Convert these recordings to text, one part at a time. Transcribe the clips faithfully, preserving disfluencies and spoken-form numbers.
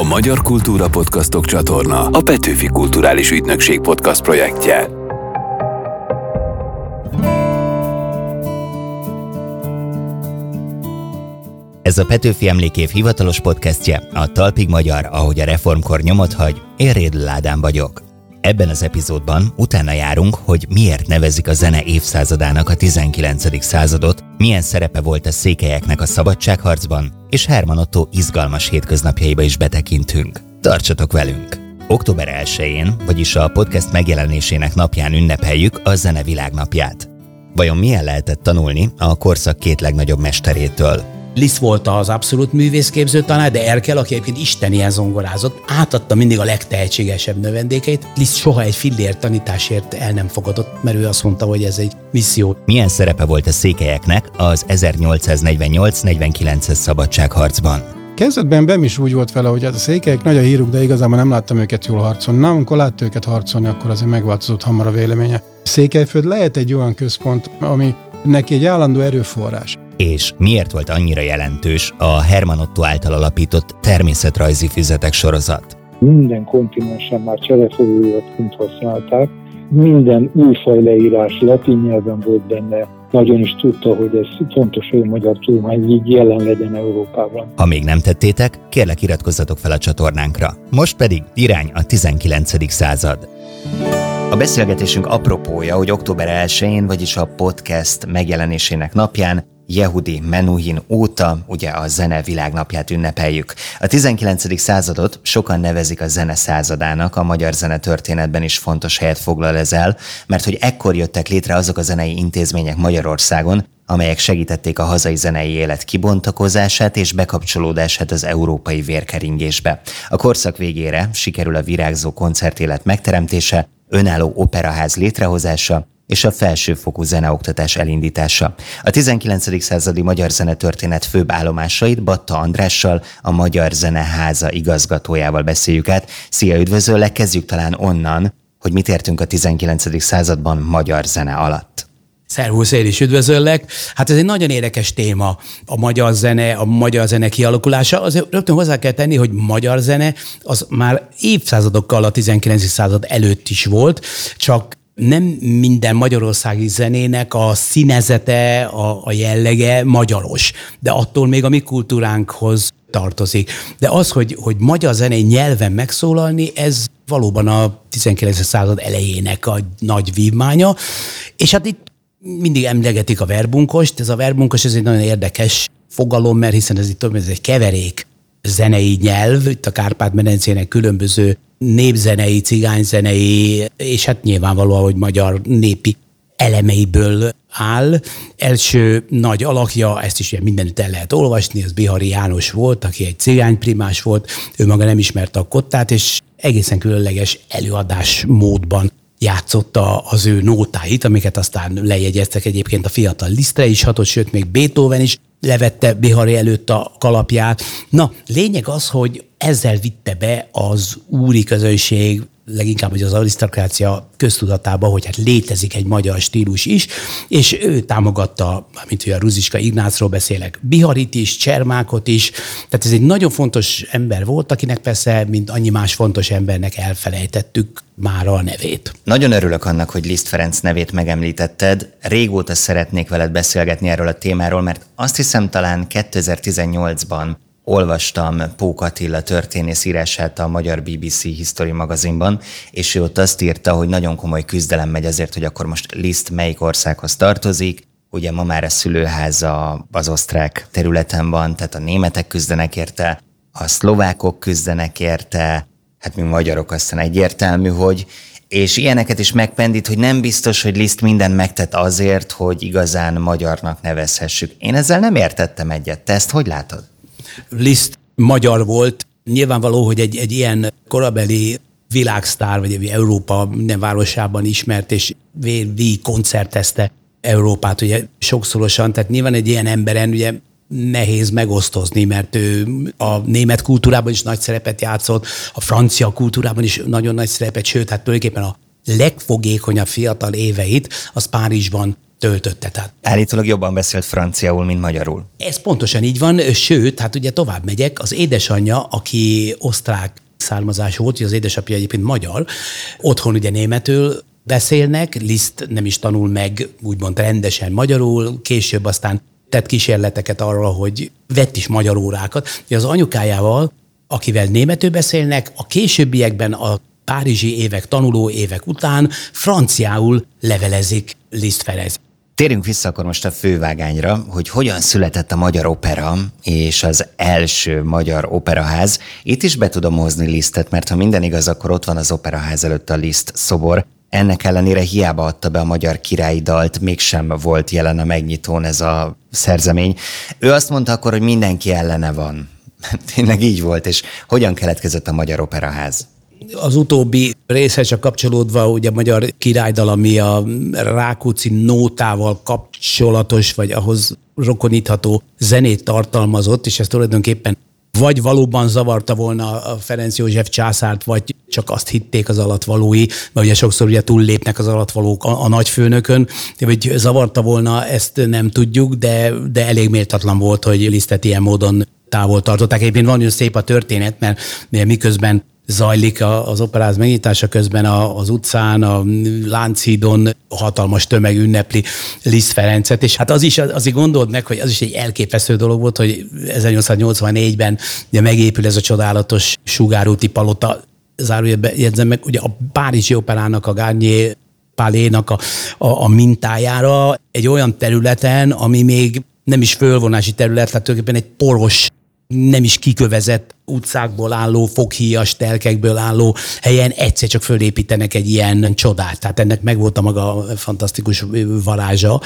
Magyar Kultúra Podcastok csatorna a Petőfi Kulturális Ügynökség podcast projektje. Ez a Petőfi Emlékév hivatalos podcastje, a Talpig Magyar, ahogy a reformkor nyomot hagy. Én Rédl Ádám vagyok. Ebben az epizódban utána járunk, hogy miért nevezik a zene évszázadának a tizenkilencedik századot, milyen szerepe volt a székelyeknek a szabadságharcban, és Hermann Ottó izgalmas hétköznapjaiba is betekintünk. Tartsatok velünk! október elsején, vagyis a podcast megjelenésének napján ünnepeljük a Zene Világnapját. Vajon milyen lehetett tanulni a korszak két legnagyobb mesterétől? Liszt volt az abszolút művészképző tanár, de Erkel, aki egyébként istenien zongorázott, átadta mindig a legtehetségesebb növendékeit. Liszt soha egy fillért tanításért el nem fogadott, mert ő azt mondta, hogy ez egy misszió. Milyen szerepe volt a székelyeknek az ezernyolcszáznegyvennyolc negyvenkilences szabadságharcban? Kezdetben Bem is úgy volt vele, hogy hát a székelyek nagy a híruk, de igazából nem láttam őket jól harcolni. Na, amikor látta őket harcolni, akkor azért megváltozott hamar a véleménye. Székelyföld lehet egy olyan központ, ami neki egy állandó erőforrás. És miért volt annyira jelentős a Hermann Ottó által alapított természetrajzi füzetek sorozat? Minden kontinensen már csereszövőjegyként használták, minden újfaj leírás latin nyelven volt benne, nagyon is tudta, hogy ez fontos, hogy a magyar tudomány így jelen legyen Európában. Ha még nem tettétek, kérlek iratkozzatok fel a csatornánkra. Most pedig irány a tizenkilencedik század. A beszélgetésünk apropója, hogy október elsején, vagyis a podcast megjelenésének napján, Yehudi Menuhin óta, ugye a Zene Világnapját ünnepeljük. A tizenkilencedik századot sokan nevezik a zene századának, a magyar zenetörténetben is fontos helyet foglal ez el, mert hogy ekkor jöttek létre azok a zenei intézmények Magyarországon, amelyek segítették a hazai zenei élet kibontakozását és bekapcsolódását az európai vérkeringésbe. A korszak végére sikerül a virágzó koncertélet megteremtése, önálló operaház létrehozása és a felsőfokú zeneoktatás elindítása. A tizenkilencedik századi magyar zenetörténet főbb állomásait Batta Andrással, a Magyar Zeneháza igazgatójával beszéljük át. Szia, üdvözöllek, kezdjük talán onnan, hogy mit értünk a tizenkilencedik században magyar zene alatt. Szervusz, én is üdvözöllek. Hát ez egy nagyon érdekes téma, a magyar zene, a magyar zene kialakulása. Azért rögtön hozzá kell tenni, hogy magyar zene az már évszázadokkal a tizenkilencedik század előtt is volt, csak nem minden magyarországi zenének a színezete, a, a jellege magyaros, de attól még a mi kultúránkhoz tartozik. De az, hogy, hogy magyar zenei nyelven megszólalni, ez valóban a tizenkilencedik század elejének a nagy vívmánya, és hát itt mindig emlegetik a verbunkost. Ez a verbunkos, ez egy nagyon érdekes fogalom, mert hiszen ez itt több, ez egy keverék zenei nyelv, itt a Kárpát-medencének különböző népzenei, cigányzenei, és hát nyilvánvalóan, hogy magyar népi elemeiből áll. Első nagy alakja, ezt is ugye mindenütt el lehet olvasni, az Bihari János volt, aki egy cigányprimás volt, ő maga nem ismerte a kottát, és egészen különleges előadás módban játszotta az ő nótáit, amiket aztán lejegyeztek egyébként a fiatal Lisztre is hatott, sőt még Beethoven is levette Bihari előtt a kalapját. Na, lényeg az, hogy ezzel vitte be az úri közönség, leginkább hogy az arisztokrácia köztudatába, hogy hát létezik egy magyar stílus is, és ő támogatta, mint hogy a Ruzicska Ignácról beszélek, Biharit is, Csermákot is, tehát ez egy nagyon fontos ember volt, akinek persze, mint annyi más fontos embernek elfelejtettük már a nevét. Nagyon örülök annak, hogy Liszt Ferenc nevét megemlítetted. Régóta szeretnék veled beszélgetni erről a témáról, mert azt hiszem talán kétezer-tizennyolcban olvastam Pók Attila történész írását a magyar bé bé cé History magazinban, és ő ott azt írta, hogy nagyon komoly küzdelem megy azért, hogy akkor most Liszt melyik országhoz tartozik. Ugye ma már a szülőháza az osztrák területen van, tehát a németek küzdenek érte, a szlovákok küzdenek érte, hát mi magyarok aztán egyértelmű, hogy és ilyeneket is megpendít, hogy nem biztos, hogy Liszt mindent megtett azért, hogy igazán magyarnak nevezhessük. Én ezzel nem értettem egyet. Te ezt hogy látod? Liszt magyar volt. Nyilvánvaló, hogy egy, egy ilyen korabeli világsztár, vagy egy Európa minden városában ismert, és végig koncertezte Európát, ugye sokszorosan, tehát nyilván egy ilyen emberen ugye nehéz megosztozni, mert ő a német kultúrában is nagy szerepet játszott, a francia kultúrában is nagyon nagy szerepet, sőt, hát tulajdonképpen a legfogékonyabb fiatal éveit az Párizsban töltötte. Tehát. Állítólag jobban beszélt franciául, mint magyarul. Ez pontosan így van, sőt, hát ugye tovább megyek, az édesanyja, aki osztrák származású volt, az édesapja egyébként magyar, otthon ugye németül beszélnek, Liszt nem is tanul meg úgymond rendesen magyarul, később aztán tett kísérleteket arra, hogy vett is magyar órákat. Az anyukájával, akivel németül beszélnek, a későbbiekben a párizsi évek, tanuló évek után franciául levelezik Liszt Ferenc. Térjünk vissza akkor most a fővágányra, hogy hogyan született a magyar opera és az első magyar operaház. Itt is be tudom hozni Lisztet, mert ha minden igaz, akkor ott van az operaház előtt a Liszt szobor. Ennek ellenére hiába adta be a magyar királyi dalt, mégsem volt jelen a megnyitón ez a szerzemény. Ő azt mondta akkor, hogy mindenki ellene van. Tényleg így volt, és hogyan keletkezett a magyar operaház? Az utóbbi részhez csak kapcsolódva, ugye a magyar királydal, ami a Rákóczi nótával kapcsolatos, vagy ahhoz rokonítható zenét tartalmazott, és ez tulajdonképpen vagy valóban zavarta volna a Ferenc József császárt, vagy csak azt hitték az alattvalói, mert ugye sokszor ugye túllépnek az alattvalók a, a nagyfőnökön, hogy zavarta volna, ezt nem tudjuk, de, de elég méltatlan volt, hogy Lisztet ilyen módon távol tartották. Egyébként van, hogy szép a történet, mert miközben zajlik az operáz megnyitása közben az utcán, a Lánchídon hatalmas tömeg ünnepli Liszt Ferencet, és hát az is, azért gondold meg, hogy az is egy elképesztő dolog volt, hogy ezernyolcszáznyolcvannégyben ugye megépül ez a csodálatos sugárúti palota, zárójelbe jegyzem meg, ugye a Párizsi Operának, a Garnier Palénak a, a, a mintájára egy olyan területen, ami még nem is fölvonási terület, tehát tulajdonképpen egy poros, nem is kikövezett utcákból álló, foghíjas telkekből álló helyen egyszer csak fölépítenek egy ilyen csodát. Tehát ennek megvolt a maga fantasztikus varázsa.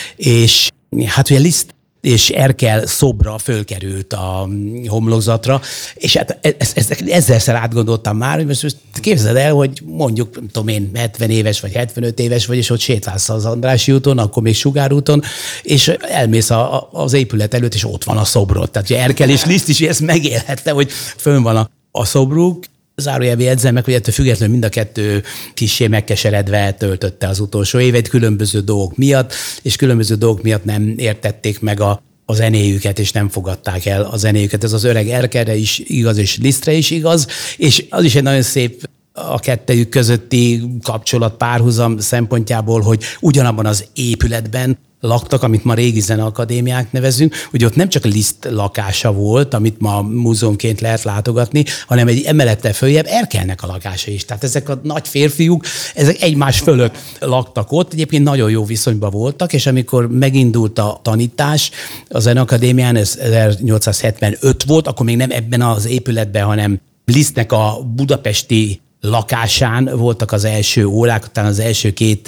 És hát ugye Liszt és Erkel szobra fölkerült a homlokzatra, és hát ezt, ezt ezerszer átgondoltam már, hogy most képzeld el, hogy mondjuk, nem tudom én, hetven éves vagy hetvenöt éves vagy, és ott sétálsz az Andrássy úton, akkor még Sugárúton, és elmész a, a, az épület előtt, és ott van a szobrod. Tehát ugye Erkel és Liszt is ezt megélhette, hogy fönn van a, a szobruk. Zárójelbe jegyzem meg, hogy ettől függetlenül mind a kettő kissé megkeseredve töltötte az utolsó évet különböző dolgok miatt, és különböző dolgok miatt nem értették meg a, a zenéjüket, és nem fogadták el a zenéjüket. Ez az öreg Erkelre is igaz, és Lisztre is igaz, és az is egy nagyon szép a kettejük közötti kapcsolat párhuzam szempontjából, hogy ugyanabban az épületben laktak, amit ma régi zeneakadémiák nevezünk, hogy ott nem csak Liszt lakása volt, amit ma múzeumként lehet látogatni, hanem egy emelettel följebb Erkelnek a lakása is. Tehát ezek a nagy férfiúk, ezek egymás fölött laktak ott, egyébként nagyon jó viszonyban voltak, és amikor megindult a tanítás a zeneakadémián, ez ezernyolcszázhetvenöt volt, akkor még nem ebben az épületben, hanem Lisztnek a budapesti lakásán voltak az első órák, utána az első két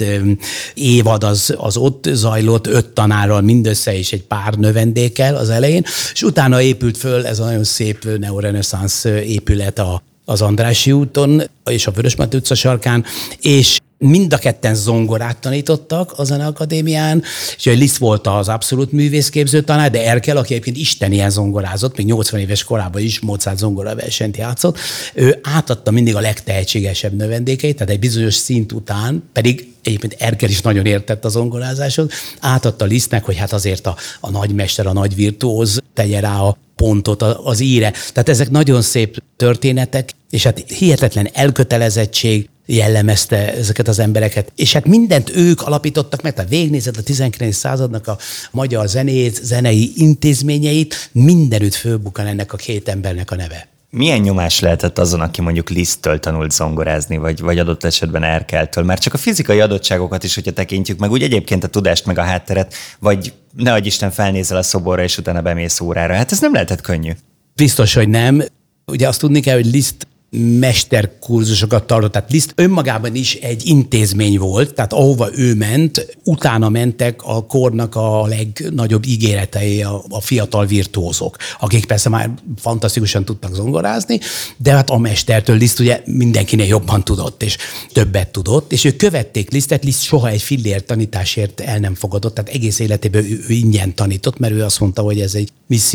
évad az, az ott zajlott, öt tanárral mindössze és egy pár növendékkel az elején, és utána épült föl ez a nagyon szép neoreneszánsz épület a, az Andrássy úton és a Vörösmarty utca sarkán, és mind a ketten zongorát tanítottak a zeneakadémián, és Liszt volt az abszolút művészképző tanár, de Erkel, aki egyébként istenien zongorázott, még nyolcvan éves korában is Mozart zongora versenyt játszott, ő átadta mindig a legtehetségesebb növendékeit, tehát egy bizonyos szint után, pedig egyébként Erkel is nagyon értett a zongorázáshoz, átadta Lisztnek, hogy hát azért a, a nagymester, a nagy virtuóz tegye rá a pontot az íre. Tehát ezek nagyon szép történetek, és hát hihetetlen elkötelezettség jellemezte ezeket az embereket. És hát mindent ők alapítottak meg, tehát végignézed a tizenkilencedik századnak a magyar zenét, zenei intézményeit, mindenütt fölbukkan ennek a két embernek a neve. Milyen nyomás lehetett azon, aki mondjuk Liszttől tanult zongorázni, vagy, vagy adott esetben Erkeltől? Már csak a fizikai adottságokat is, hogyha tekintjük meg, úgy egyébként a tudást, meg a hátteret, vagy ne adj Isten, felnézel a szoborra, és utána bemész órára. Hát ez nem lehetett könnyű. Biztos, hogy nem. Ugye azt tudni kell, hogy Liszt mesterkurzusokat tartott, tehát Liszt önmagában is egy intézmény volt, tehát ahova ő ment, utána mentek a kornak a legnagyobb ígéretei a, a fiatal virtuózok, akik persze már fantasztikusan tudtak zongorázni, de hát a mestertől Liszt ugye mindenkinél jobban tudott, és többet tudott, és ők követték Lisztet, Liszt soha egy fillér tanításért el nem fogadott, tehát egész életében ő, ő ingyen tanított, mert ő azt mondta, hogy ez egy missziós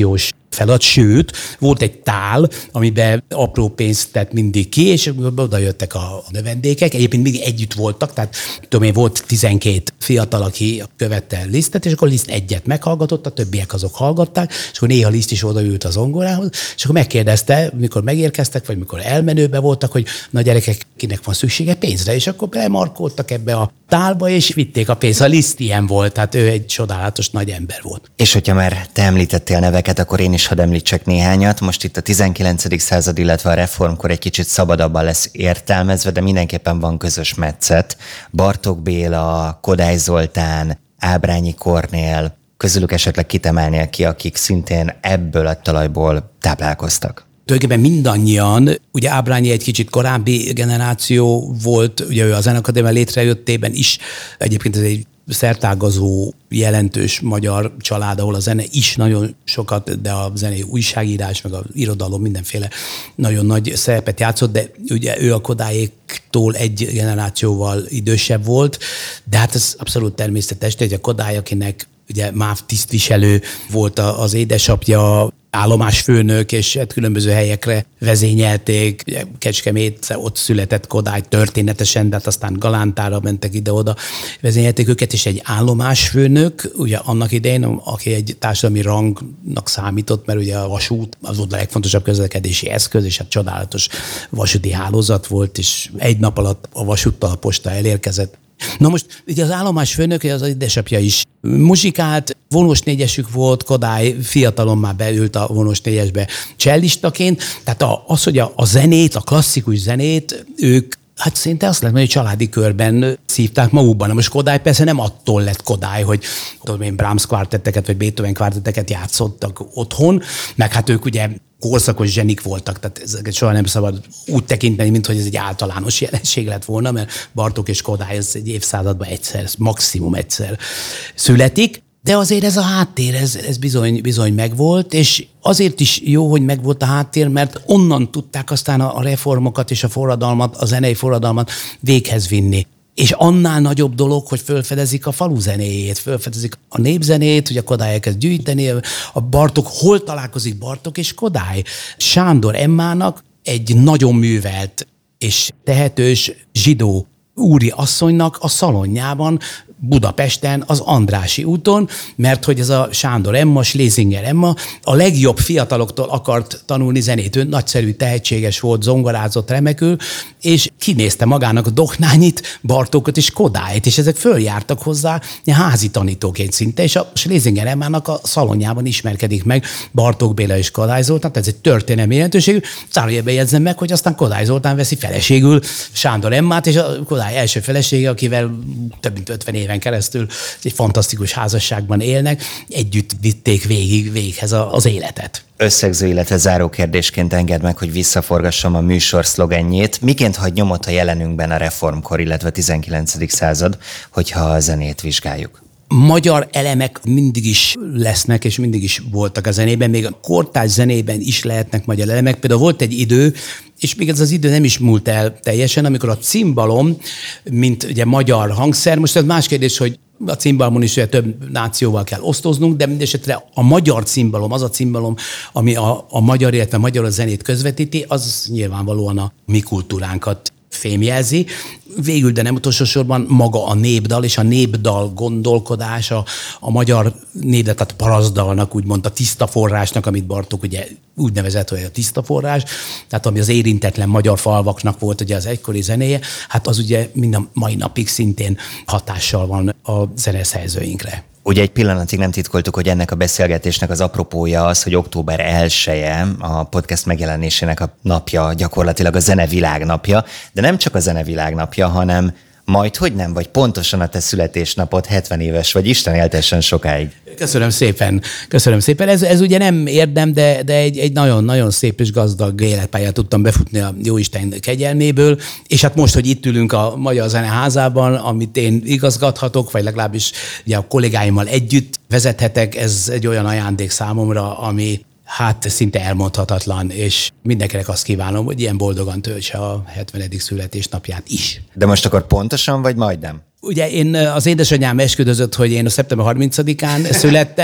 feladat, sőt, volt egy tál, amiben apró pénzt tett mindig ki, és oda jöttek a növendékek, egyébként mindig együtt voltak, tehát tudom én, volt tizenkét fiatal, aki követte Lisztet, és akkor Liszt egyet meghallgatott, a többiek azok hallgatták, és akkor néha Liszt is odaült az zongorához, és akkor megkérdezte, mikor megérkeztek, vagy mikor elmenőbe voltak, hogy na gyerekek, kinek van szüksége pénzre, és akkor belemarkoltak ebbe a tálba, és vitték a pénzt. A Liszt ilyen volt, tehát ő egy csodálatos nagy ember volt. És hogyha már te említettél neveket, akkor én is hadd említsek néhányat. Most itt a tizenkilencedik század, illetve a reformkor egy kicsit szabadabban lesz értelmezve, de mindenképpen van közös metszet. Bartók Béla, Kodály Zoltán, Ábrányi Kornél, közülük esetleg kitemelnél ki, akik szintén ebből a talajból táplálkoztak. Tulajdonképpen mindannyian, ugye Ábrányi egy kicsit korábbi generáció volt, ugye ő a Zenakadémia létrejöttében is, egyébként ez egy szertágazó, jelentős magyar család, ahol a zene is nagyon sokat, de a zenei újságírás, meg a irodalom mindenféle nagyon nagy szerepet játszott, de ugye ő a Kodályéktól egy generációval idősebb volt, de hát ez abszolút természetes, hogy a Kodály, akinek ugye MÁV tisztviselő volt az édesapja, állomásfőnök, és hát különböző helyekre vezényelték. Ugye Kecskemét, ott született Kodály történetesen, de hát aztán Galántára mentek ide-oda, vezényelték őket, és egy állomásfőnök, ugye annak idején, aki egy társadalmi rangnak számított, mert ugye a vasút az volt a legfontosabb közlekedési eszköz, és hát csodálatos vasúti hálózat volt, és egy nap alatt a vasúttal a posta elérkezett. Na most ugye az állomásfőnök, az édesapja is muzsikált, vonós négyesük volt, Kodály fiatalon már beült a vonós négyesbe cellistaként, tehát az, hogy a, a zenét, a klasszikus zenét ők hát szinte azt lehet mondani, hogy családi körben szívták magukban. Na most Kodály persze nem attól lett Kodály, hogy tudom én, Brahms kvártetteket vagy Beethoven kvártetteket játszottak otthon, meg hát ők ugye korszakos zsenik voltak, tehát ezeket soha nem szabad úgy tekinteni, mint hogy ez egy általános jelenség lett volna, mert Bartók és Kodály ez egy évszázadban egyszer, maximum egyszer születik, de azért ez a háttér, ez, ez bizony, bizony megvolt, és azért is jó, hogy megvolt a háttér, mert onnan tudták aztán a reformokat és a forradalmat, a zenei forradalmat véghez vinni. És annál nagyobb dolog, hogy felfedezik a falu zenéjét, felfedezik a népzenét, hogy a Kodály elkezd gyűjteni, a Bartók, hol találkozik Bartók és Kodály? Sándor Emmának egy nagyon művelt és tehetős zsidó úri asszonynak a szalonjában, Budapesten, az Andrássy úton, mert hogy ez a Sándor Emma, Schlesinger Emma a legjobb fiataloktól akart tanulni zenét. Ő nagyszerű, tehetséges volt, zongorázott remekül, és kinézte magának a Dohnányit, Bartókot és Kodályt, és ezek följártak hozzá házi tanítóként szinte, és a Schlesinger Emmának a szalonjában ismerkedik meg Bartók Béla és Kodály Zoltán, tehát ez egy történelmi jelentőségű. Zárójelben jegyzem meg, hogy aztán Kodály Zoltán veszi feleségül Sándor Emmát, és a Kodály első felesége, akivel több mint ötven éven keresztül egy fantasztikus házasságban élnek, együtt vitték végig véghez az életet. Összegző, illetve záró kérdésként engedd meg, hogy visszaforgassam a műsor szlogenjét. Miként hagy nyomot a jelenünkben a reformkor, illetve a tizenkilencedik század, hogyha a zenét vizsgáljuk? Magyar elemek mindig is lesznek, és mindig is voltak a zenében, még a kortárs zenében is lehetnek magyar elemek. Például volt egy idő, és még ez az idő nem is múlt el teljesen, amikor a cimbalom, mint ugye magyar hangszer, most ez más kérdés, hogy a cimbalmon is ugye több nációval kell osztoznunk, de mindesetre a magyar cimbalom, az a cimbalom, ami a, a magyar, illetve a magyar zenét közvetíti, az nyilvánvalóan a mi kultúránkat fémjelzi. Végül, de nem utolsó sorban maga a népdal és a népdal gondolkodása, a magyar népdal, tehát parasztdalnak, úgymond a tiszta forrásnak, amit Bartók ugye úgy nevezett, hogy a tiszta forrás, tehát ami az érintetlen magyar falvaknak volt ugye az egykori zenéje, hát az ugye mind a mai napig szintén hatással van a zeneszerzőinkre. Ugye egy pillanatig nem titkoltuk, hogy ennek a beszélgetésnek az apropója az, hogy október elseje a podcast megjelenésének a napja, gyakorlatilag a zenevilág napja, de nem csak a zenevilág napja, hanem majd hogy nem, vagy pontosan a te születésnapod, hetven éves, vagy Isten éltessen sokáig. Köszönöm szépen, köszönöm szépen. Ez, ez ugye nem érdem, de, de egy, egy nagyon-nagyon szép és gazdag életpályát tudtam befutni a Jóisten kegyelméből, és hát most, hogy itt ülünk a Magyar Zeneházában, amit én igazgathatok, vagy legalábbis ugye a kollégáimmal együtt vezethetek, ez egy olyan ajándék számomra, ami hát szinte elmondhatatlan, és mindenkinek azt kívánom, hogy ilyen boldogan töltse a hetvenedik születésnapját is. De most akkor pontosan, vagy majdnem? Ugye én az édesanyám esküdözött, hogy én a szeptember harmincadikán születtem,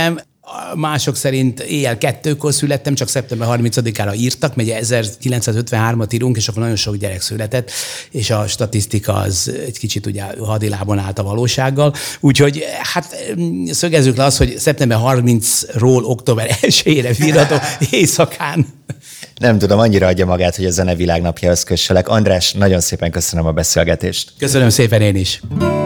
mások szerint éjjel kettőkor születtem, csak szeptember harmincadikára írtak, mert ezerkilencszázötvenhármat írunk, és akkor nagyon sok gyerek született, és a statisztika az egy kicsit ugye hadilában állt a valósággal. Úgyhogy hát szögezzük le azt, hogy szeptember harmincadikáról október elsejére virradó éjszakán. Nem tudom, annyira adja magát, hogy a zene világnapjához kösselek. András, nagyon szépen köszönöm a beszélgetést. Köszönöm szépen én is.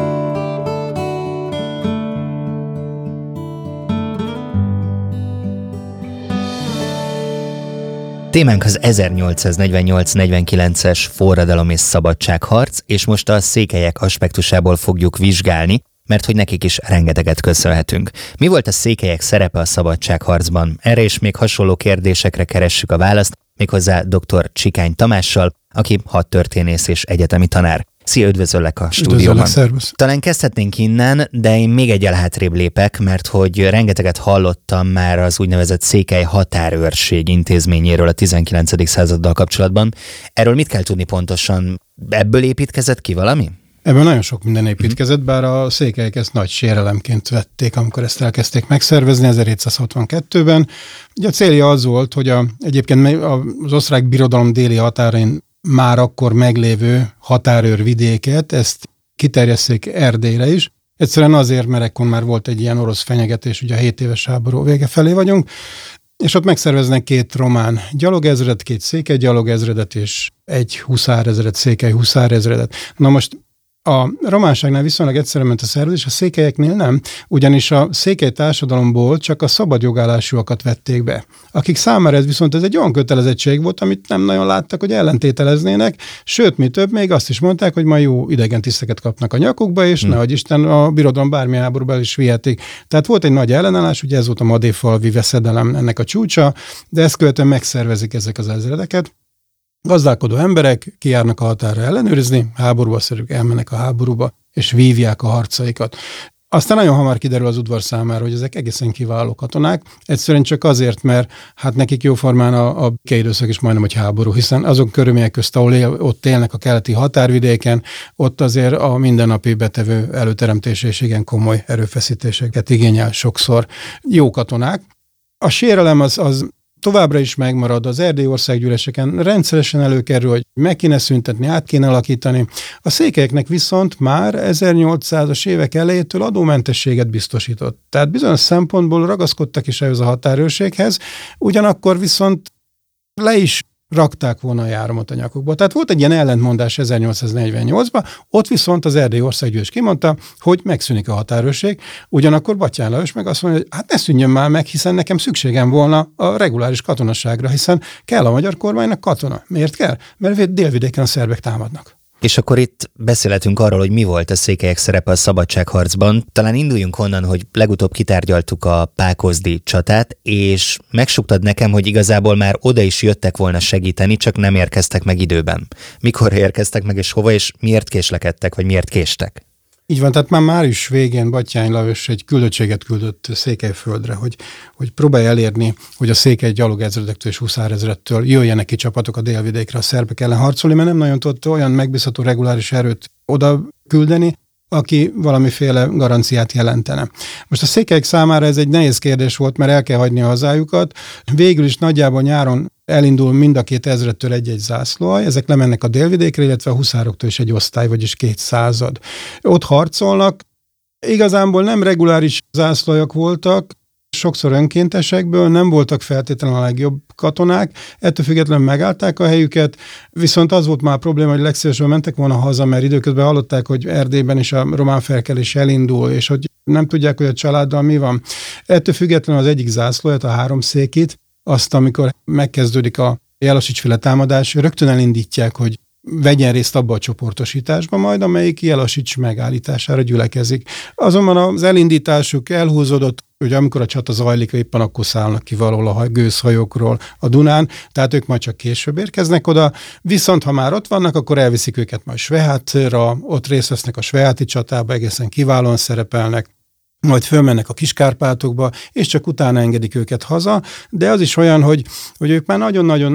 Témánk az ezernyolcszáznegyvennyolc negyvenkilences forradalom és szabadságharc, és most a székelyek aspektusából fogjuk vizsgálni, mert hogy nekik is rengeteget köszönhetünk. Mi volt a székelyek szerepe a szabadságharcban? Erre és még hasonló kérdésekre keressük a választ, méghozzá dr. Csikány Tamással, aki hadtörténész és egyetemi tanár. Szia, üdvözöllek a stúdióban. Szervusz. Talán kezdhetnénk innen, de én még egyel hátrébb lépek, mert hogy rengeteget hallottam már az úgynevezett székely határőrség intézményéről a tizenkilencedik századdal kapcsolatban. Erről mit kell tudni pontosan? Ebből építkezett ki valami? Ebből nagyon sok minden építkezett, bár a székelyek ezt nagy sérelemként vették, amikor ezt elkezdték megszervezni ezerhétszázhatvankettőben. Ugye a célja az volt, hogy a, egyébként az osztrák birodalom déli határain már akkor meglévő határőrvidéket, ezt kiterjesszék Erdélyre is. Egyszerűen azért, mert ekkor már volt egy ilyen orosz fenyegetés, ugye a hét éves háború vége felé vagyunk, és ott megszerveznek két román gyalogezredet, két székely gyalogezredet, és egy huszárezredet, székely huszárezredet. Na most a románságnál viszonylag egyszerűen ment a szervezés, a székelyeknél nem, ugyanis a székely társadalomból csak a szabadjogállásúakat vették be. Akik számára ez viszont ez egy olyan kötelezettség volt, amit nem nagyon láttak, hogy ellentételeznének, sőt, mi több, még azt is mondták, hogy majd jó idegen tiszteket kapnak a nyakukba, és hmm. nehogy Isten a birodalom bármilyen háborúba is vihetik. Tehát volt egy nagy ellenállás, ugye ez volt a madéfalvi veszedelem ennek a csúcsa, de ezt követően megszervezik ezek az ezredeket. Gazdálkodó emberek kijárnak a határra ellenőrizni, háborúba szerük, elmennek a háborúba, és vívják a harcaikat. Aztán nagyon hamar kiderül az udvar számára, hogy ezek egészen kiváló katonák, egyszerűen csak azért, mert hát nekik jóformán a, a béke időszak is majdnem egy háború, hiszen azok körülmények közt, ahol él, ott élnek a keleti határvidéken, ott azért a mindennapi betevő előteremtése és igen komoly erőfeszítéseket igényel sokszor. Jó katonák. A sérelem az, az továbbra is megmarad, az erdélyi országgyűléseken rendszeresen előkerül, hogy meg kéne szüntetni, át kéne alakítani. A székelyeknek viszont már ezernyolcszázas évek elejétől adómentességet biztosított. Tehát bizonyos szempontból ragaszkodtak is ehhez a határőrséghez, ugyanakkor viszont le is rakták volna a járamot a nyakukba. Tehát volt egy ilyen ellentmondás ezernyolcszáznegyvennyolcban, ott viszont az erdélyi országgyűlés kimondta, hogy megszűnik a határőrség, ugyanakkor Batthyány Lajos meg azt mondja, hogy hát ne szűnjön már meg, hiszen nekem szükségem volna a reguláris katonaságra, hiszen kell a magyar kormánynak katona. Miért kell? Mert délvidéken a szerbek támadnak. És akkor itt beszélhetünk arról, hogy mi volt a székelyek szerepe a szabadságharcban. Talán induljunk onnan, hogy legutóbb kitárgyaltuk a pákozdi csatát, és megsugtad nekem, hogy igazából már oda is jöttek volna segíteni, csak nem érkeztek meg időben. Mikor érkeztek meg, és hova, és miért késlekedtek, vagy miért késtek? Így van, tehát már május végén Batthyány Lajos egy küldöttséget küldött Székelyföldre, hogy, hogy próbálja elérni, hogy a székely gyalogezredektől és huszárezredettől jöjjenek ki csapatok a délvidékre a szerbek ellen harcolni, mert nem nagyon tudott olyan megbízható reguláris erőt oda küldeni, aki valamiféle garanciát jelentene. Most a székelyek számára ez egy nehéz kérdés volt, mert el kell hagyni a hazájukat. Végül is nagyjából nyáron elindul mind a két ezredtől egy-egy zászlóalj, ezek lemennek a délvidékre, illetve a huszároktól is egy osztály, vagyis két század. Ott harcolnak, igazából nem reguláris zászlóajak voltak, sokszor önkéntesekből, nem voltak feltétlenül a legjobb katonák, ettől függetlenül megállták a helyüket, viszont az volt már a probléma, hogy legszívesebben mentek volna haza, mert időközben hallották, hogy Erdélyben is a román felkelés elindul, és hogy nem tudják, hogy a családdal mi van. Ettől függetlenül az egyik zászlóját, a háromszékit, azt, amikor megkezdődik a Jelasics-féle támadás, rögtön elindítják, hogy vegyen részt abba a csoportosításba majd, amelyik Jelasics megállítására gyülekezik. Azonban az elindításuk elhúzódott, hogy amikor a csata zajlik, éppen akkor szállnak ki valahol a gőzhajókról a Dunán, tehát ők majd csak később érkeznek oda, viszont ha már ott vannak, akkor elviszik őket majd Svehátra, ott részt vesznek a sveháti csatába, egészen kiválóan szerepelnek, majd fölmennek a Kiskárpátokba, és csak utána engedik őket haza, de az is olyan, hogy, hogy ők már nagyon-nagyon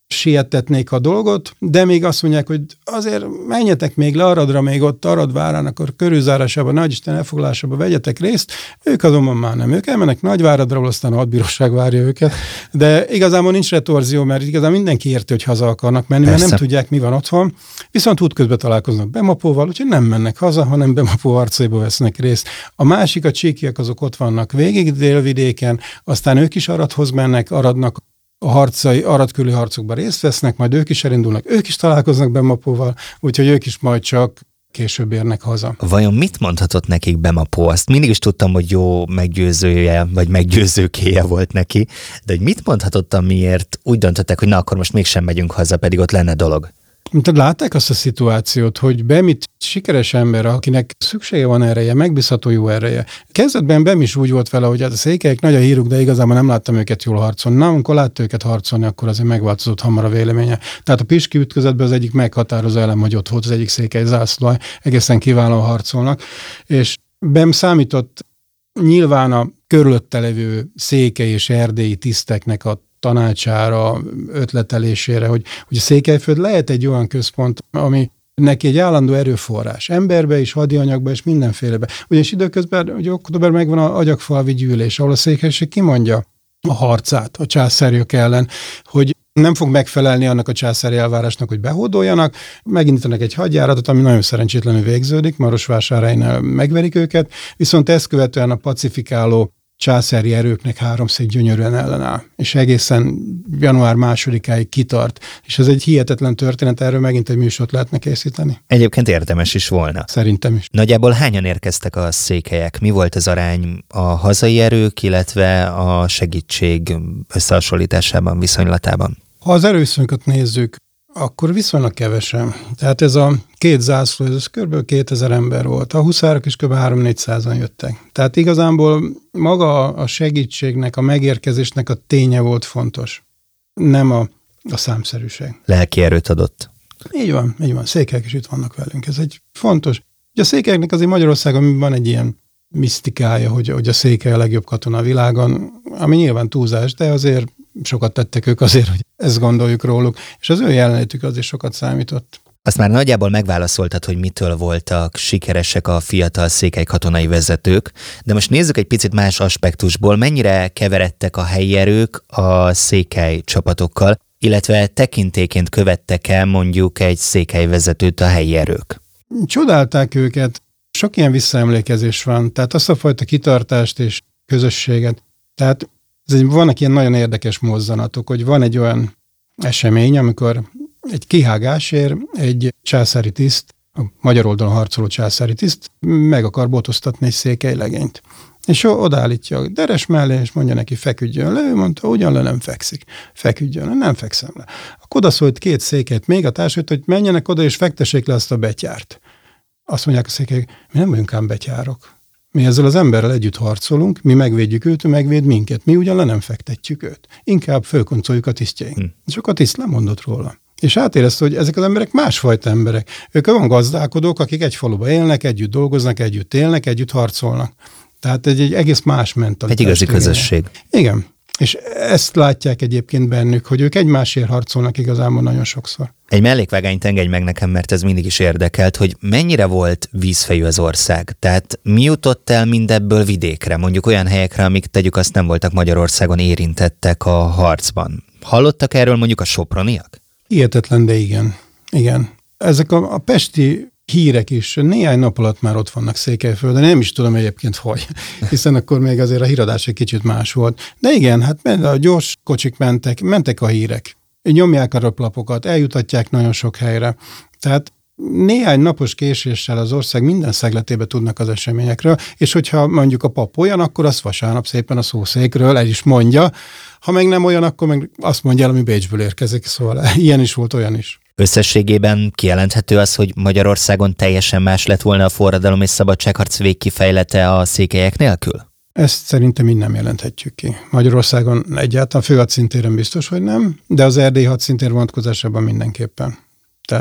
siettetnék a dolgot, de még azt mondják, hogy azért menjetek még le Aradra, még ott Aradvárán, akkor körülzárásában, Nagyisten elfoglalásában vegyetek részt, ők azonban már nem. Ők elmennek Nagyváradra, aztán a hadbíróság várja őket, de igazából nincs retorzió, mert igazán mindenki érti, hogy haza akarnak menni, Persze. mert nem tudják, mi van otthon, viszont útközben találkoznak Bemapóval, úgyhogy nem mennek haza, hanem Bemapó harcaiba vesznek részt. A másik, a csíkiak, azok ott vannak végig délvidéken, aztán ők is Aradhoz mennek, Aradnak a harcai, Arad körüli harcokban részt vesznek, majd ők is elindulnak, ők is találkoznak Bemapóval, úgyhogy ők is majd csak később érnek haza. Vajon mit mondhatott nekik Bemapó? Azt mindig is tudtam, hogy jó meggyőzője, vagy meggyőzőkéje volt neki, de hogy mit mondhatott, amiért úgy döntöttek, hogy na akkor most mégsem megyünk haza, pedig ott lenne dolog? Tehát látták azt a szituációt, hogy Bemit sikeres ember, akinek szüksége van ereje, megbízható jó ereje. Kezdetben Bem is úgy volt vele, hogy hát a székelyek nagy a híruk, de igazából nem láttam őket jól harcolni. Na, amikor látta őket harcolni, akkor azért megváltozott hamar a véleménye. Tehát a Piski ütközetben az egyik meghatározó elem, hogy ott volt az egyik székely zászló, egészen kiválóan harcolnak. És Bem számított nyilván a körülötte levő székely és erdélyi tiszteknek a tanácsára, ötletelésére, hogy, hogy a Székelyföld lehet egy olyan központ, ami neki egy állandó erőforrás, emberbe is, hadianyagba és mindenfélebe. Ugyanis időközben, hogy október megvan a agyagfalvi gyűlés, ahol a székelység kimondja a harcát a császárjak ellen, hogy nem fog megfelelni annak a császári elvárásnak, hogy behódoljanak, megindítanak egy hadjáratot, ami nagyon szerencsétlenül végződik, Marosvásárainál megverik őket, viszont ezt követően a pacifikáló császári erőknek háromszék gyönyörűen ellenáll, és egészen január másodikáig kitart, és ez egy hihetetlen történet, erről megint egy műsort lehetne készíteni. Egyébként érdemes is volna. Szerintem is. Nagyjából hányan érkeztek a székelyek? Mi volt az arány a hazai erők, illetve a segítség összehasonlításában, viszonylatában? Ha az erőviszonyokat nézzük, akkor viszonylag kevesen. Tehát ez a két zászló, ez kb. kétezer ember volt. A huszárok is kb. három-négyszázan jöttek. Tehát igazából maga a segítségnek, a megérkezésnek a ténye volt fontos. Nem a, a számszerűség. Lelki erőt adott. Így van, így van. Székelyek is itt vannak velünk. Ez egy fontos. Ugye a székelyeknek azért Magyarországon van egy ilyen misztikája, hogy, hogy a székely a legjobb katona a világon, ami nyilván túlzás, de azért sokat tettek ők azért, hogy ezt gondoljuk róluk, és az ő jelenlétük azért sokat számított. Azt már nagyjából megválaszoltad, hogy mitől voltak sikeresek a fiatal székely katonai vezetők, de most nézzük egy picit más aspektusból, mennyire keveredtek a helyi erők a székely csapatokkal, illetve tekintélyként követtek el mondjuk egy székely vezetőt a helyi erők. Csodálták őket, sok ilyen visszaemlékezés van, tehát azt a fajta kitartást és közösséget. Tehát vannak ilyen nagyon érdekes mozzanatok, hogy van egy olyan esemény, amikor egy kihágásért egy császári tiszt, a magyar oldalon harcoló császári tiszt meg akar botoztatni egy székely legényt. És odaállítja a deres mellé, és mondja neki, feküdjön le, ő mondta, ugyan le nem fekszik. Feküdjön le, nem fekszem le. Akkor odaszólt két székelyt még a társait, hogy menjenek oda, és fektessék le azt a betyárt. Azt mondják a székelyek, mi nem vagyunk ám betyárok. Mi ezzel az emberrel együtt harcolunk, mi megvédjük őt, ő megvéd minket. Mi ugyan le nem fektetjük őt. Inkább fölkoncoljuk a tisztjeink. Hm. És akkor a tiszt lemondott róla. És átérezte, hogy ezek az emberek másfajta emberek. Ők olyan gazdálkodók, akik egy faluba élnek, együtt dolgoznak, együtt élnek, együtt harcolnak. Tehát egy, egy egész más mentalitás. Egy igazi közösség. Igen. És ezt látják egyébként bennük, hogy ők egymásért harcolnak igazából nagyon sokszor. Egy mellékvágányt engedj meg nekem, mert ez mindig is érdekelt, hogy mennyire volt vízfejű az ország. Tehát mi jutott el mindebből vidékre, mondjuk olyan helyekre, amik tegyük azt nem voltak Magyarországon érintettek a harcban. Hallottak erről mondjuk a soproniak? Hihetetlen, de igen. Igen. Ezek a, a pesti hírek is néhány nap alatt már ott vannak Székelyföldön, nem is tudom egyébként hogy, hiszen akkor még azért a híradás egy kicsit más volt. De igen, hát a gyors kocsik mentek, mentek a hírek. Nyomják a röplapokat, eljutatják nagyon sok helyre. Tehát néhány napos késéssel az ország minden szegletébe tudnak az eseményekről, és hogyha mondjuk a pap olyan, akkor azt vasárnap szépen a szószékről el is mondja, ha meg nem olyan, akkor meg azt mondja el, ami Bécsből érkezik, szóval ilyen is volt, olyan is. Összességében kijelenthető az, hogy Magyarországon teljesen más lett volna a forradalom és szabadságharc végkifejlete a székelyek nélkül? Ezt szerintem így nem jelenthetjük ki. Magyarországon egyáltalán főhadszintéren biztos, hogy nem, de az erdélyi hadszintér vonatkozásában mindenképpen. Tehát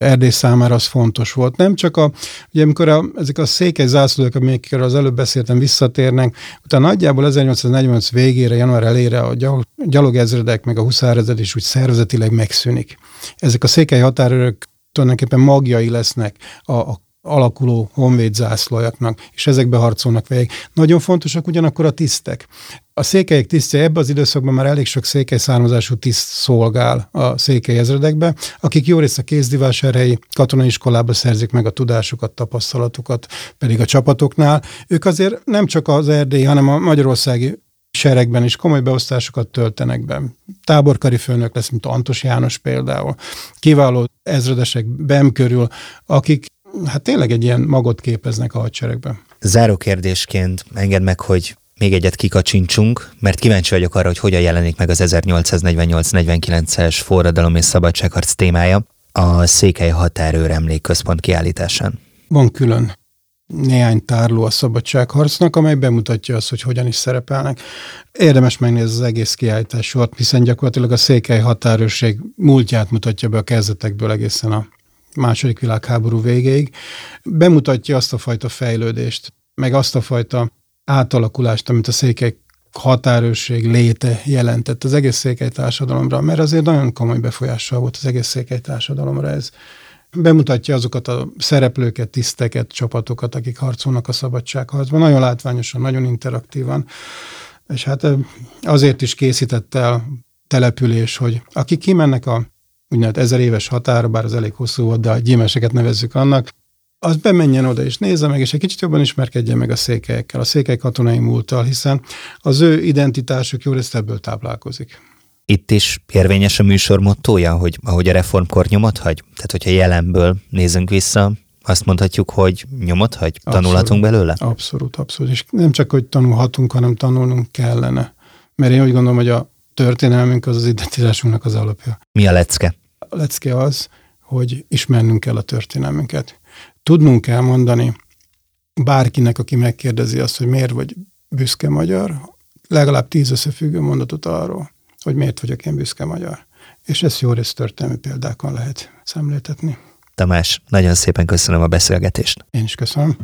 Erdély számára az fontos volt. Nem csak a, ugye amikor a, ezek a székely zászlók, amikről az előbb beszéltem, visszatérnek, utána nagyjából ezernyolcszáznegyvennyolc végére, január elejére a gyalogezredek meg a huszárezred is úgy szervezetileg megszűnik. Ezek a székely határőrök tulajdonképpen magjai lesznek a, a alakuló honvéd zászlójaknak, és ezekbe harcolnak végig. Nagyon fontosak ugyanakkor a tisztek. A székelyek tisztje ebben az időszakban már elég sok székely származású tiszt szolgál a székely ezredekbe, akik jó részt a kézdivásárhelyi katonai iskolába szerzik meg a tudásukat, tapasztalatukat, pedig a csapatoknál. Ők azért nem csak az erdélyi, hanem a magyarországi seregben is komoly beosztásokat töltenek be. Táborkari főnök lesz, mint Antos János például. Kiváló ezredesek Bem körül, akik hát tényleg egy ilyen magot képeznek a hadseregben. Záró kérdésként engedd meg, hogy még egyet kikacsincsunk, mert kíváncsi vagyok arra, hogy hogyan jelenik meg az ezernyolcszáznegyvennyolc negyvenkilences forradalom és szabadságharc témája a Székely Határőr Emlékközpont kiállításán. Van külön néhány tárló a szabadságharcnak, amely bemutatja azt, hogy hogyan is szerepelnek. Érdemes megnézni az egész kiállítás sort, hiszen gyakorlatilag a székely határőrség múltját mutatja be a kezdetekből egészen a második világháború végéig. Bemutatja azt a fajta fejlődést, meg azt a fajta átalakulást, amit a székely határőrség léte jelentett az egész székely társadalomra, mert azért nagyon komoly befolyással volt az egész székely társadalomra ez. Bemutatja azokat a szereplőket, tiszteket, csapatokat, akik harcolnak a szabadságharcban. Nagyon látványosan, nagyon interaktívan. És hát azért is készített el település, hogy akik kimennek a úgynevezett ezer éves határa, bár az elég hosszú volt, de a gyímeseket nevezzük annak, az bemenjen oda és nézze meg, és egy kicsit jobban ismerkedjen meg a székelyekkel, a székely katonai múlttal, hiszen az ő identitásuk jó részt ebből táplálkozik. Itt is érvényes a műsor mottója, hogy ahogy a reformkor nyomot hagy? Tehát, hogyha jelenből nézünk vissza, azt mondhatjuk, hogy nyomot hagy? Tanulhatunk belőle? Abszolút, abszolút. És nem csak, hogy tanulhatunk, hanem tanulnunk kellene. Mert én úgy gondolom, hogy a történelmünk az az identitásunknak az alapja. Mi a lecke? A lecke az, hogy ismernünk kell a történelmünket. Tudnunk kell mondani bárkinek, aki megkérdezi azt, hogy miért vagy büszke magyar, legalább tíz összefüggő mondatot arról, hogy miért vagyok én büszke magyar. És ezt jó részt történelmi példákon lehet szemléltetni. Tamás, nagyon szépen köszönöm a beszélgetést. Én is köszönöm.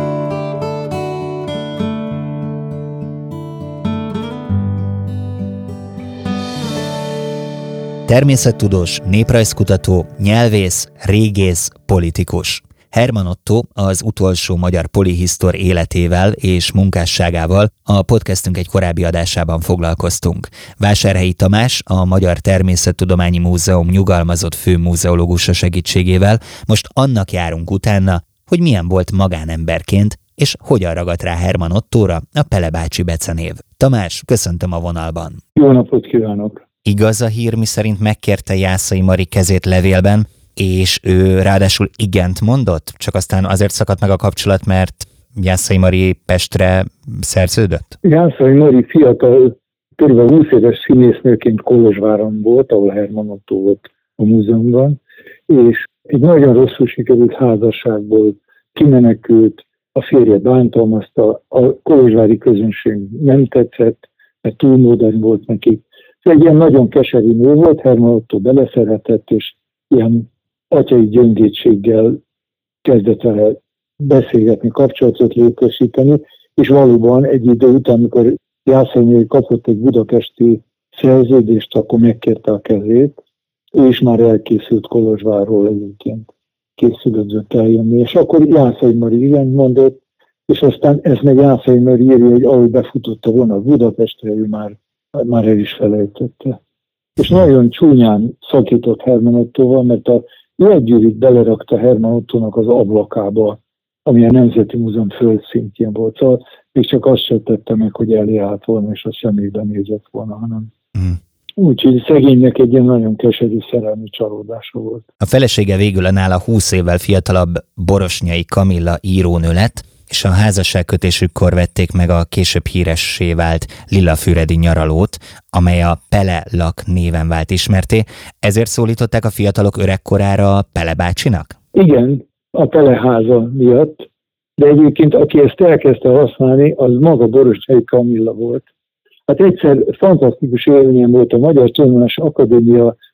Természettudós, néprajzkutató, nyelvész, régész, politikus. Hermann Ottó az utolsó magyar polihisztor életével és munkásságával a podcastünk egy korábbi adásában foglalkoztunk. Vásárhelyi Tamás, a Magyar Természettudományi Múzeum nyugalmazott főmúzeológusa segítségével most annak járunk utána, hogy milyen volt magánemberként, és hogyan ragadt rá Hermann Ottóra a Pele bácsi becenév. Tamás, köszöntöm a vonalban. Jó napot kívánok! Igaz a hír, miszerint megkérte Jászai Mari kezét levélben, és ő ráadásul igent mondott, csak aztán azért szakadt meg a kapcsolat, mert Jászai Mari Pestre szerződött? Jászai Mari fiatal, kb. húsz éves színésznőként Kolozsváron volt, ahol Hermann Ottó volt a múzeumban, és egy nagyon rosszul sikerült házasságból kimenekült, a férje bántalmazta, a kolozsvári közönség nem tetszett, mert túl modern volt neki. Egy ilyen nagyon keserű nő volt, Hermann Ottó beleszeretett, és ilyen atyai gyöngétséggel kezdett vele beszélgetni, kapcsolatot létesíteni, és valóban egy idő után, amikor Jászai Mari kapott egy budapesti szerződést, akkor megkérte a kezét, ő is már elkészült Kolozsvárról egyébként, készülődött eljönni, és akkor Jászai Mari igen mondott, és aztán ezt meg Jászai Mari írja, hogy ahogy befutotta volna Budapestre, ő már, már el is felejtette. És nagyon csúnyán szakított Hermann Ottóval, mert a jegygyűrűt belerakta Hermann Ottónak az ablakába, ami a Nemzeti Múzeum földszintjén volt. Szóval még csak azt sem tette meg, hogy elé állt volna, és a szemébe nézett volna, hanem mm. Úgyhogy szegénynek egy ilyen nagyon keserű szerelmi csalódása volt. A felesége végül a nála húsz évvel fiatalabb Borosnyai Kamilla írónő lett, és a házasságkötésükkor vették meg a később híressé vált Lillafüredi nyaralót, amely a Pele lak néven vált ismerté. Ezért szólították a fiatalok öregkorára Pele bácsinak? Igen, a Pele háza miatt, de egyébként aki ezt elkezdte használni, az maga Borosnyai Kamilla volt. Hát egyszer fantasztikus élményem volt, a Magyar Tudományos Akadémia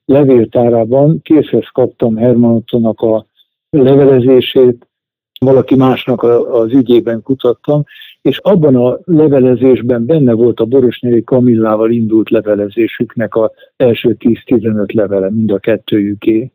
levéltárában készhez kaptam Herman Ottónak a levelezését, valaki másnak a, az ügyében kutattam, és abban a levelezésben benne volt a Borosnyai Kamillával indult levelezésüknek az első tíz-tizenöt levele, mind a kettőjüké.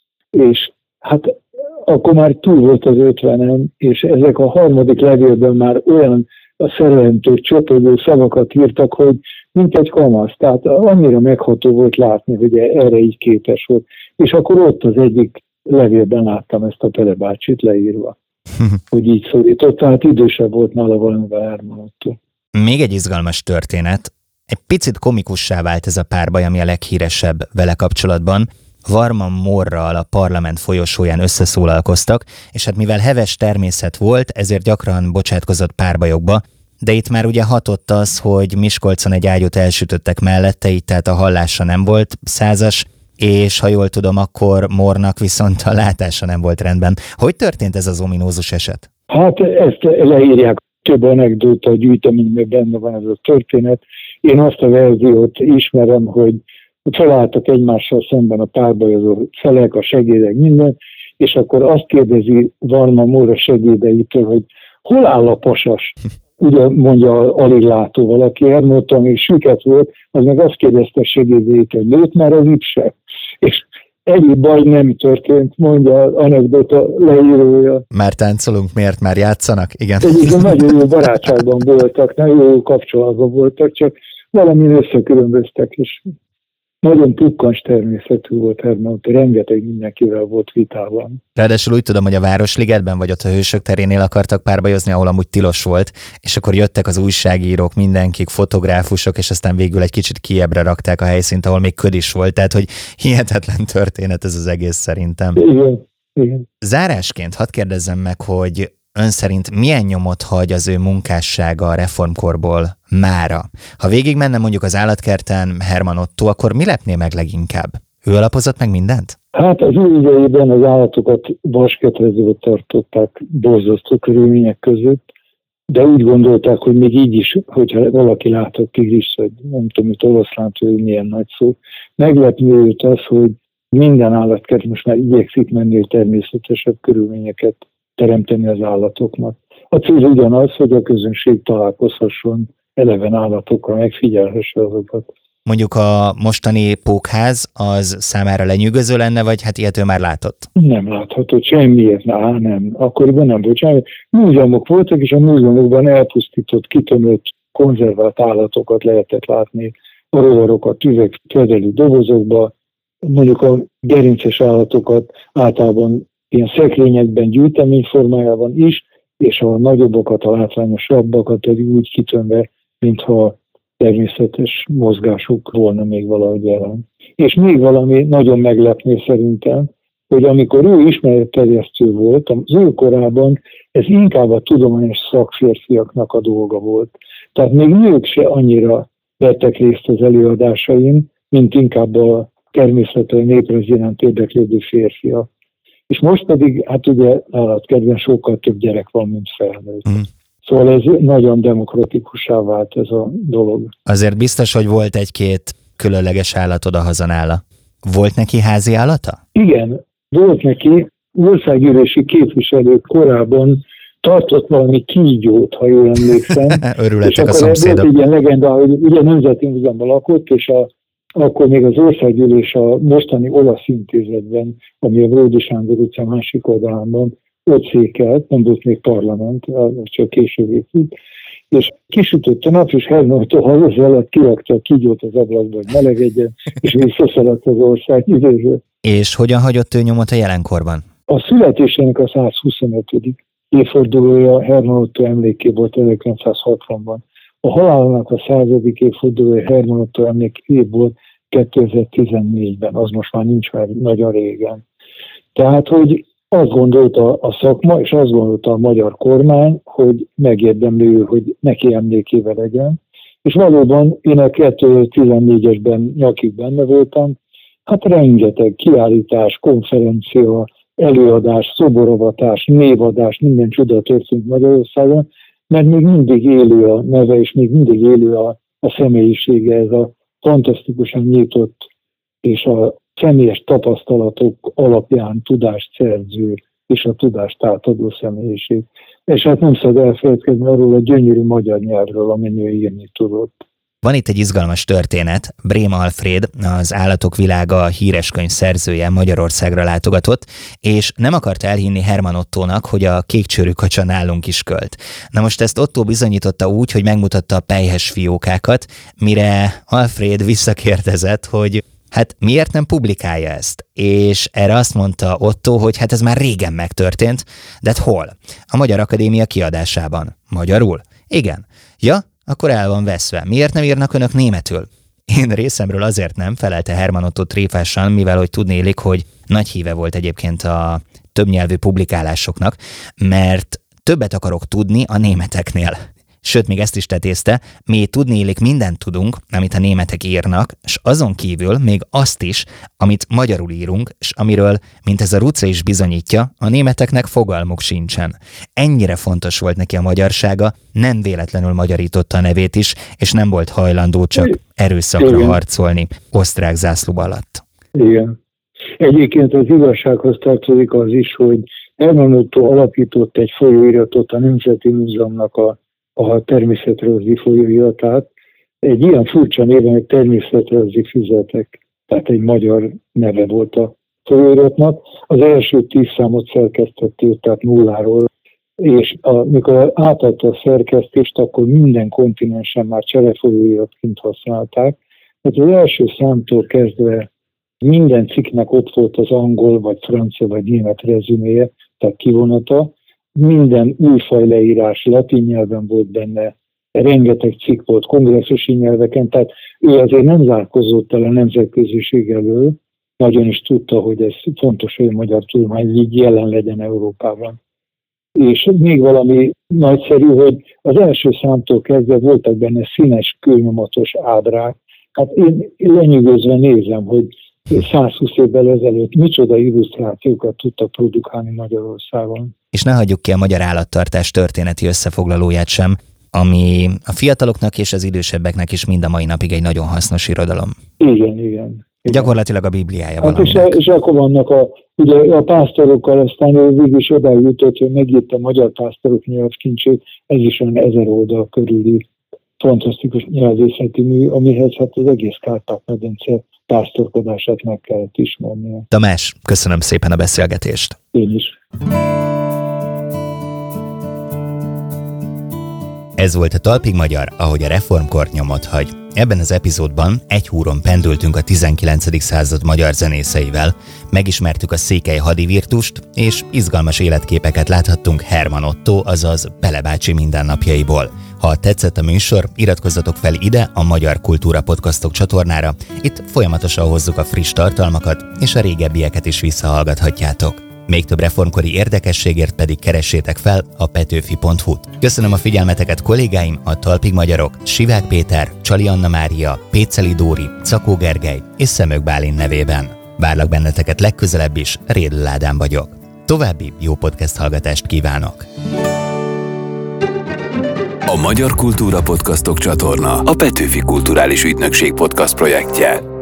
És hát akkor már túl volt az ötvenen, és ezek a harmadik levélben már olyan a szerelemtől csöpögő szavakat írtak, hogy mint egy kamasz. Tehát annyira megható volt látni, hogy erre így képes volt. És akkor ott az egyik levélben láttam ezt a Pele bácsit leírva, hogy így szólított. Tehát idősebb volt nála valamivel Herman Ottó. Még egy izgalmas történet. Egy picit komikussá vált ez a párbaj, ami a leghíresebb vele kapcsolatban. Varman Mórral a parlament folyosóján összeszólalkoztak, és hát mivel heves természet volt, ezért gyakran bocsátkozott párbajokba, de itt már ugye hatott az, hogy Miskolcon egy ágyút elsütöttek mellette, így tehát a hallása nem volt százas, és ha jól tudom, akkor Mórnak viszont a látása nem volt rendben. Hogy történt ez az ominózus eset? Hát ezt leírják, több anekdóta gyűjteményben benne van ez a történet. Én azt a verziót ismerem, hogy felálltak egymással szemben a párbajozó felek, a segédek, minden, és akkor azt kérdezi Varman Mór a segédeitől, hogy hol áll a pasas? Ugye mondja alig látó valaki, Herman Ottó, ami süket volt, az meg azt kérdezte a segédeitől, hogy lőtt már az ipse? És egyéb baj nem történt, mondja az anekdota leírója. Már táncolunk, miért már játszanak? Igen. Egyébként nagyon jó barátságban voltak, nagyon jó kapcsolatban voltak, csak valamin összekülönböztek, és nagyon pukkans természetű volt Herman Ottó, rengeteg mindenkivel volt vitában. Ráadásul úgy tudom, hogy a Városligetben vagy ott a Hősök terénél akartak párbajozni, ahol amúgy tilos volt, és akkor jöttek az újságírók, mindenkik, fotográfusok, és aztán végül egy kicsit kiebbre rakták a helyszínt, ahol még köd is volt, tehát hogy hihetetlen történet ez az egész szerintem. Igen, igen. Zárásként hadd kérdezzem meg, hogy ön szerint milyen nyomot hagy az ő munkássága a reformkorból mára? Ha végig menne mondjuk az állatkerten Herman Ottó, akkor mi lepné meg leginkább? Ő alapozott meg mindent? Hát az ő idejében az állatokat vaskötelezőbe tartották borzasztó körülmények között, de úgy gondolták, hogy még így is, hogyha valaki látott tigrist, vagy nem tudom, hogy oroszlánt, hogy milyen nagy szó, meglepni őt az, hogy minden állatkert most már igyekszik menni természetesebb körülményeket teremteni az állatoknak. A cél ugyanaz, hogy a közönség találkozhasson eleven állatokkal, megfigyelhesse azokat. Mondjuk a mostani pókház az számára lenyűgöző lenne, vagy hát ilyet ő már látott? Nem láthatott semmiért, á, nem. Akkoriban nem volt semmi. Múzeumok voltak, és a múzeumokban elpusztított, kitömött, konzervált állatokat lehetett látni, a rovarokat üvegfedelű dobozokba, mondjuk a gerinces állatokat általában ilyen szekrényekben, gyűjtemény formájában is, és a nagyobbakat, a látványosabbakat pedig úgy kitömve, mintha természetes mozgásuk volna még valahogy jelen. És még valami nagyon meglepné szerintem, hogy amikor ő ismeretterjesztő volt, az ő korában ez inkább a tudományos szakférfiaknak a dolga volt. Tehát még nők se annyira vettek részt az előadásain, mint inkább a természetesen néprajz iránt érdeklődő férfiak. És most pedig, hát ugye állatkertben sokkal több gyerek van, mint felnőtt. Mm. Szóval ez nagyon demokratikussá vált ez a dolog. Azért biztos, hogy volt egy-két különleges állat odahaza nála. Volt neki házi állata? Igen, volt neki. Országgyűlési képviselők korábban tartott valami kígyót, ha jól emlékszem. Örületek a szomszédok. Volt egy ilyen legenda, hogy ugye Nemzeti Múzeumban lakott, és a akkor még az országgyűlés a mostani olasz intézetben, ami a Bródi Sándor utca másik oldalán van, ott székelt, nem volt még parlament, csak később épült, és kisütött a nap, és Herman Ottó hazaz alatt kirakta a kígyót az ablakba, hogy melegedjen, és visszaszaladt az országgyűlésről. És hogyan hagyott ő nyomot a jelenkorban? A születésének a százhuszonötödik évfordulója Herman Ottó emléké volt ezerkilencszázhatvanban. A halálának a századik évfordulója Herman Ottó emlékév volt kétezer-tizennégyben, az most már nincs már nagyon régen. Tehát, hogy azt gondolta a szakma, és azt gondolta a magyar kormány, hogy megérdemlő, hogy neki emlékéve legyen. És valóban én a kétezer-tizennégyesben nyakig benne voltam, hát rengeteg kiállítás, konferencia, előadás, szoboravatás, névadás, minden csoda történt Magyarországon, mert még mindig élő a neve, és még mindig élő a, a személyisége, ez a fantasztikusan nyitott és a személyes tapasztalatok alapján tudást szerző és a tudást átadó személyiség. És hát nem szabad elfelejtkezni arról a gyönyörű magyar nyelvről, amennyi ő írni tudott. Van itt egy izgalmas történet. Brém Alfréd, az Állatok világa híres könyv szerzője Magyarországra látogatott, és nem akarta elhinni Hermann Ottónak, hogy a kékcsőrű kacsa nálunk is költ. Na most ezt Ottó bizonyította úgy, hogy megmutatta a pelyhes fiókákat, mire Alfréd visszakérdezett, hogy hát miért nem publikálja ezt? És erre azt mondta Ottó, hogy hát ez már régen megtörtént, de hát hol? A Magyar Akadémia kiadásában. Magyarul? Igen. Ja, akkor el van veszve. Miért nem írnak önök németül? Én részemről azért nem, felelte Hermann Ottó tréfásan, mivel hogy tudnélik, hogy nagy híve volt egyébként a többnyelvű publikálásoknak, mert többet akarok tudni a németeknél. Sőt, még ezt is tetézte, mi tudnélik mindent tudunk, amit a németek írnak, és azon kívül még azt is, amit magyarul írunk, és amiről, mint ez a rucca is bizonyítja, a németeknek fogalmuk sincsen. Ennyire fontos volt neki a magyarsága, nem véletlenül magyarította a nevét is, és nem volt hajlandó csak erőszakra Igen. harcolni osztrák zászló alatt. Igen. Egyébként az igazsághoz tartozik az is, hogy Hermann Ottó alapított egy folyóiratot, a Nemzeti Múzeumnak a a természetrajzi folyóiratát. Egy ilyen furcsa néven egy természetrajzi füzetek, tehát egy magyar neve volt a folyóiratnak. Az első tíz számot szerkesztettük, tehát nulláról, és amikor átadta a szerkesztést, akkor minden kontinensen már cserefolyóiratként használták. Tehát az első számtól kezdve minden cikknek ott volt az angol, vagy francia, vagy német rezüméje, tehát kivonata. Minden újfaj leírás latin nyelven volt benne, rengeteg cikk volt kongresszusi nyelveken, tehát ő azért nem zárkózott el a nemzetköziség elől, nagyon is tudta, hogy ez fontos, hogy a magyar tudomány így jelen legyen Európában. És még valami nagyszerű, hogy az első számtól kezdve voltak benne színes, kőnyomatos ábrák. Hát én lenyűgözve nézem, hogy százhúsz évvel ezelőtt micsoda illusztrációkat tudtak produkálni Magyarországon. És ne hagyjuk ki a magyar állattartás történeti összefoglalóját sem, ami a fiataloknak és az idősebbeknek is mind a mai napig egy nagyon hasznos irodalom. Igen, igen. igen. Gyakorlatilag a Bibliája hát és, valaminek. és akkor vannak a, ugye a pásztorokkal, aztán ő végül is odáig jutott, hogy megírta a magyar pásztorok nyelvkincsét, ez is olyan ezer oldal körüli fantasztikus nyelvészeti mű, amihez hát az egész Kárpát-medence pásztorkodását meg kellett ismernie. Tamás, köszönöm szépen a beszélgetést. Én is. Ez volt a Talpig Magyar, ahogy a reformkor nyomot hagy. Ebben az epizódban egy húron pendültünk a tizenkilencedik század magyar zenészeivel, megismertük a székely hadivirtust, és izgalmas életképeket láthattunk Hermann Ottó, azaz Bele bácsi mindennapjaiból. Ha tetszett a műsor, iratkozzatok fel ide a Magyar Kultúra Podcastok csatornára, itt folyamatosan hozzuk a friss tartalmakat, és a régebbieket is visszahallgathatjátok. Még több reformkori érdekességért pedig keressétek fel a petőfi pont hu-t. Köszönöm a figyelmeteket kollégáim, a Talpig Magyarok, Sivák Péter, Csali Anna Mária, Péceli Dóri, Cakó Gergely és Szemök Bálint nevében. Várlak benneteket legközelebb is, Rédl Ádám vagyok. További jó podcast hallgatást kívánok! A Magyar Kultúra Podcastok csatorna a Petőfi Kulturális Ügynökség podcast projektje.